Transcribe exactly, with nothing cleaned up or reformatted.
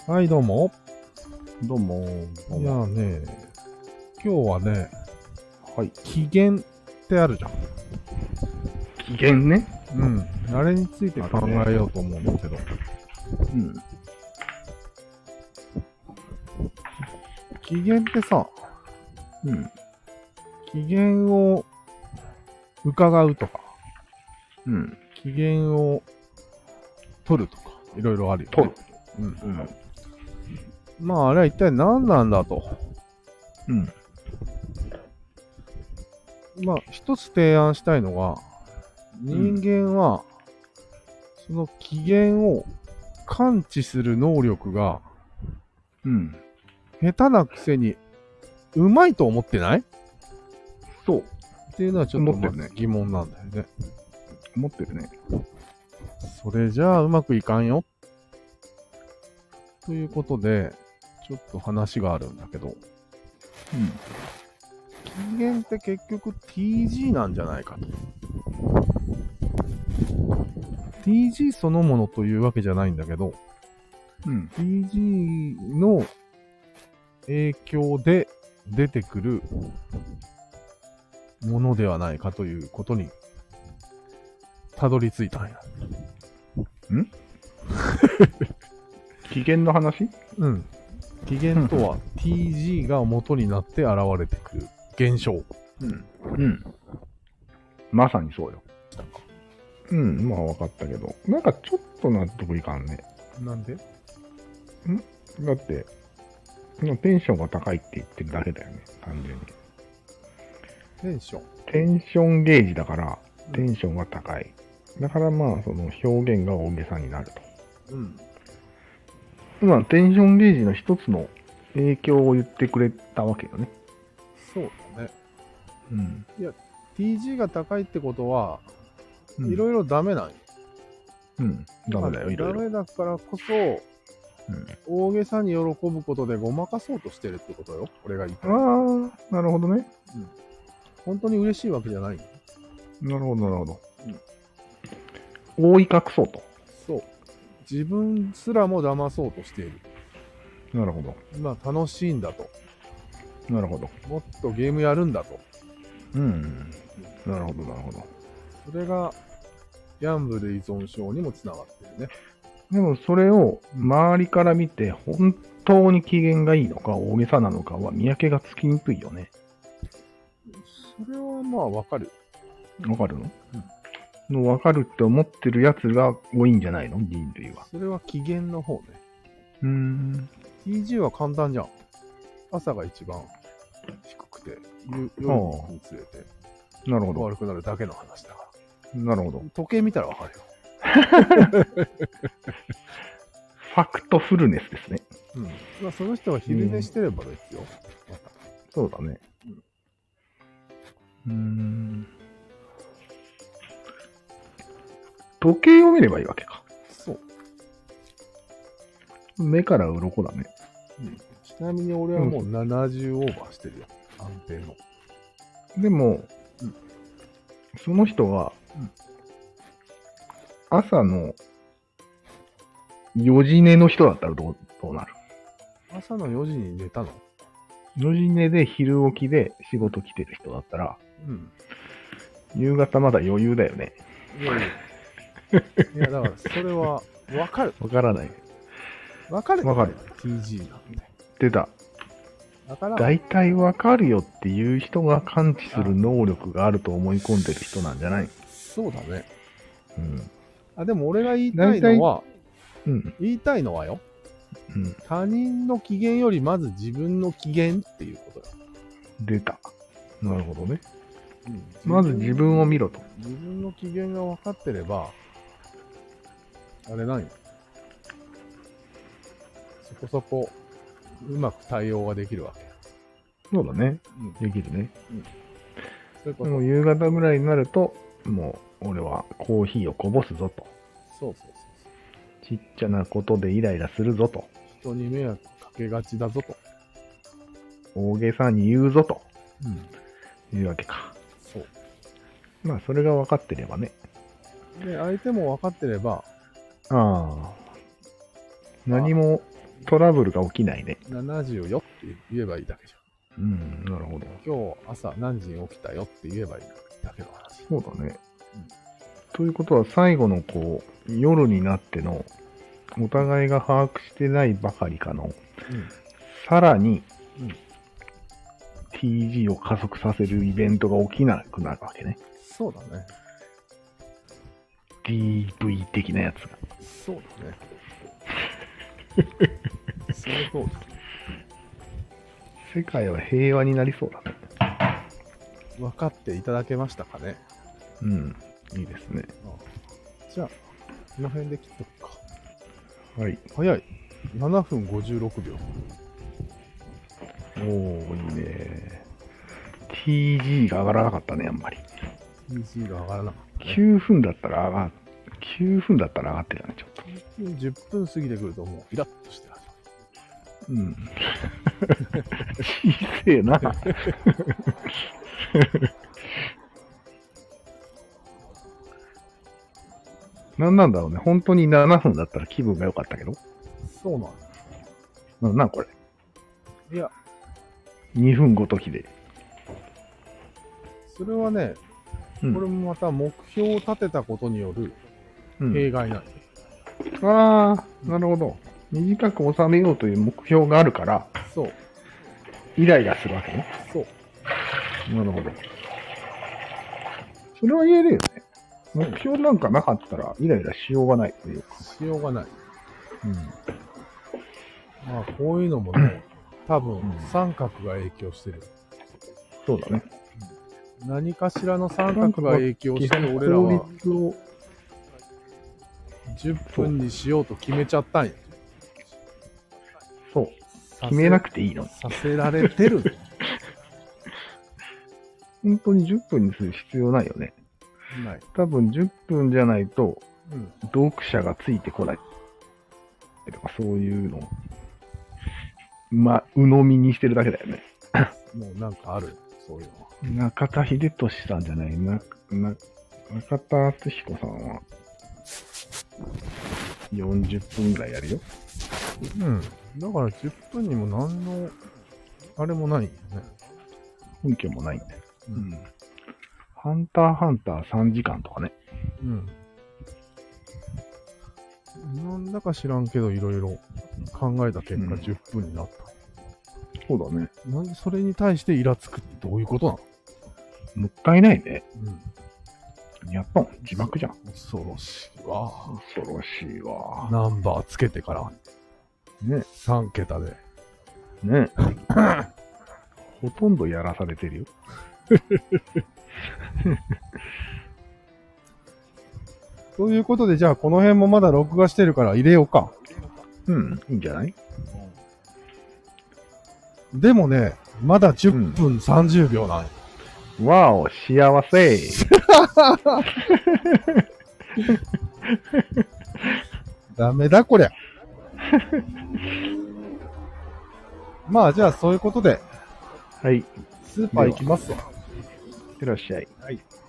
はい、どうも。 どうも。 いやね、今日はね、 はい。 機嫌ってあるじゃん。 機嫌ね。 うん。あれについて考えようと思うんだけど。 うん。 機嫌ってさ、 うん。 機嫌を伺うとか、 うん。 機嫌を取るとか、いろいろあるよね。 取る。 うん。 うん。 まあ、あれは一体何なんだと。 うん。 まあ、一つ提案したいのが、人間は、その機嫌を感知する能力が、 うん。 下手なくせに、うまいと思ってない？ そう。 っていうのはちょっと思ってるね疑問なんだよね。 思ってるね。 それじゃあうまくいかんよ。ということで、ちょっと話があるんだけど、 うん。 機嫌って結局 ティージー なんじゃないかと。ティージー そのものというわけじゃないんだけど、 うん。 ティージー の影響で出てくるものではないかということにたどり着いたんや。 ん機嫌の話？ うん。機嫌とは ティージー が元になって現れてくる現象。 うん。うん。まさにそうよ。うん。まあ分かったけど、なんかちょっと納得いかんね。 なんで？ だって、テンションが高いって言ってるだけだよね。単純に。 テンション。 テンションゲージだから、テンションが高い。だからまあ、その表現が大げさになると。 うん。 まあ、テンションゲージの一つの影響を言ってくれたわけよね。 そうだね。 うん。 いや、ティージー が高いってことは、 うんいろいろダメなんよ。 うん。ダメだよ、いろいろ。 ダメだからこそ、 うん、 大げさに喜ぶことでごまかそうとしてるってことよ。俺が言ったああ、なるほどね。 本当に嬉しいわけじゃないよ。 なるほど、なるほど。うん、覆い隠そうと。 そう。自分すらも騙そうとしている。 なるほど。 まあ楽しいんだと。 なるほど。 もっとゲームやるんだと。 うん。なるほど、なるほど。 それが、ギャンブル依存症にもつながってるね。 でも、それを周りから見て、本当に機嫌がいいのか、大げさなのかは見分けがつきにくいよね。 それはまあわかる。 わかるの？うん。わかるって思ってるやつが多いんじゃないの？人類は。 それは機嫌の方ね。 うーん。 ティージー は簡単じゃん。朝が一番低くて、夜につれてなるほど。 悪くなるだけの話だから。 なるほど。 時計見たらわかるよ。 ファクトフルネスですね。 うん。まあその人が昼寝してればですよ。またそうだね。うーん。時計を見ればいいわけか。 そう。 目から鱗だね。 うん、ちなみに俺はもうななじゅうオーバーしてるよ。安定の。 でも、うん、その人は、うん、朝のよじ寝の人だったらどう、どうなる？ 朝のよじに寝たの？ よじ寝で昼起きで仕事来てる人だったら、うん、夕方まだ余裕だよね。 いやいや。いや、だからそれはわかる。 わからない。 わかる。 わかる。 ティージー なんで。 出た。 だから。 大体わかるよっていう人が感知する能力があると思い込んでる人なんじゃない？ そうだね。 うん。 あ、でも俺が言いたいのは、 うん、 言いたいのはよ、 うん。 他人の機嫌よりまず自分の機嫌っていうことだ。 出た。なるほどね。うん、まず自分を見ろと。 自分の機嫌が分かってれば、あれなんよ。そこそこ、うまく対応ができるわけ。 そうだね。うん、できるね。うん。 そういうこと。 でも夕方ぐらいになると、もう俺はコーヒーをこぼすぞと。 そうそうそう。 ちっちゃなことでイライラするぞと。 人に迷惑かけがちだぞと。 大げさに言うぞと。うん。いうわけか。 そう。 まあ、それが分かってればね。 で、相手も分かってれば。 ああ。何もトラブルが起きないね。 ななじゅうよって言えばいいだけじうん、なるほど。 ゃん。今日朝何時に起きたよって言えばいいだけの話。 そうだね。ということは最後のこう、夜になっての、お互いが把握してないばかりかの、 うん。 さらに、 うん。 ティージー を加速させるイベントが起きなくなるわけね。 そうだね。 ディーブイ 的なやつが。 そうだね。その通世界は平和になりそうだね。 り。分かっていただけましたかね。 うん。いいですね。 じゃあ、この辺で切っとくか。 はい。 早い。ななふんごじゅうろくびょう。 おー、いいね。ティージー が上がらなかったね、あんまり。 ティージー が上がらなかったね。 きゅうふんだったら上が、きゅうふんだったら上がってたね、ちょっと。 じゅっぷん過ぎてくるともうイラッとして始まる。 うん。小せえな。なんなんだろうね。本当にななふんだったら気分が良かったけど。 そうなんなんなんこれ。 いや、 にふんごときで。 それはね、 うんこれもまた目標を立てたことによるうん、 弊害なんよ。 ああ、なるほど。短く収めようという目標があるから、 そう、 イライラするわけね。 そう。 なるほど。それは言えるよね。目標なんかなかったらイライラしようがないというか。 しようがない。 うん。 まあ、こういうのもね、多分うん、 三角が影響してる。 そうだね。 何かしらの三角が影響して、俺ら効は率を、 じゅっぷんにしようと決めちゃったんや。 そう。 させ決めなくていいの。 させられてるの。 本当にじゅっぷんにする必要ないよね。 ない。 多分じゅっぷんじゃないとうん。 読者がついてこない。とかそういうのを、まあ、鵜呑みにしてるだけだよね。 もうなんかある。そういうのは。 中田秀俊さんじゃないな、な、中田敦彦さんはよんじゅっぷんぐらいやるよ。 うん。だからじゅっぷんにも何の、あれもないんよね。 根拠もないんだよ。 ううん。ハンターハンターさんじかんとかね。 うん。なんだか知らんけど、いろいろ考えた結果うんじゅっぷんになった。 そうだね。 なんでそれに対してイラつくってどういうことなの？ もったいないね。 うん。 やっぱ字幕じゃん。 恐ろしいわ。 恐ろしいわ。 ナンバーつけてからね。 さん桁で。 ね。ほとんどやらされてるよ。 ということで、じゃあこの辺もまだ録画してるから入れようか。 うん。いいんじゃない？ でもね、まだじゅっぷんさんじゅうびょうなんよ。 わお、幸せ。 ダメだこりゃ。まあじゃあそういうことで、 はい。いスーパー行きますわ。 ってらっしゃい。 はい。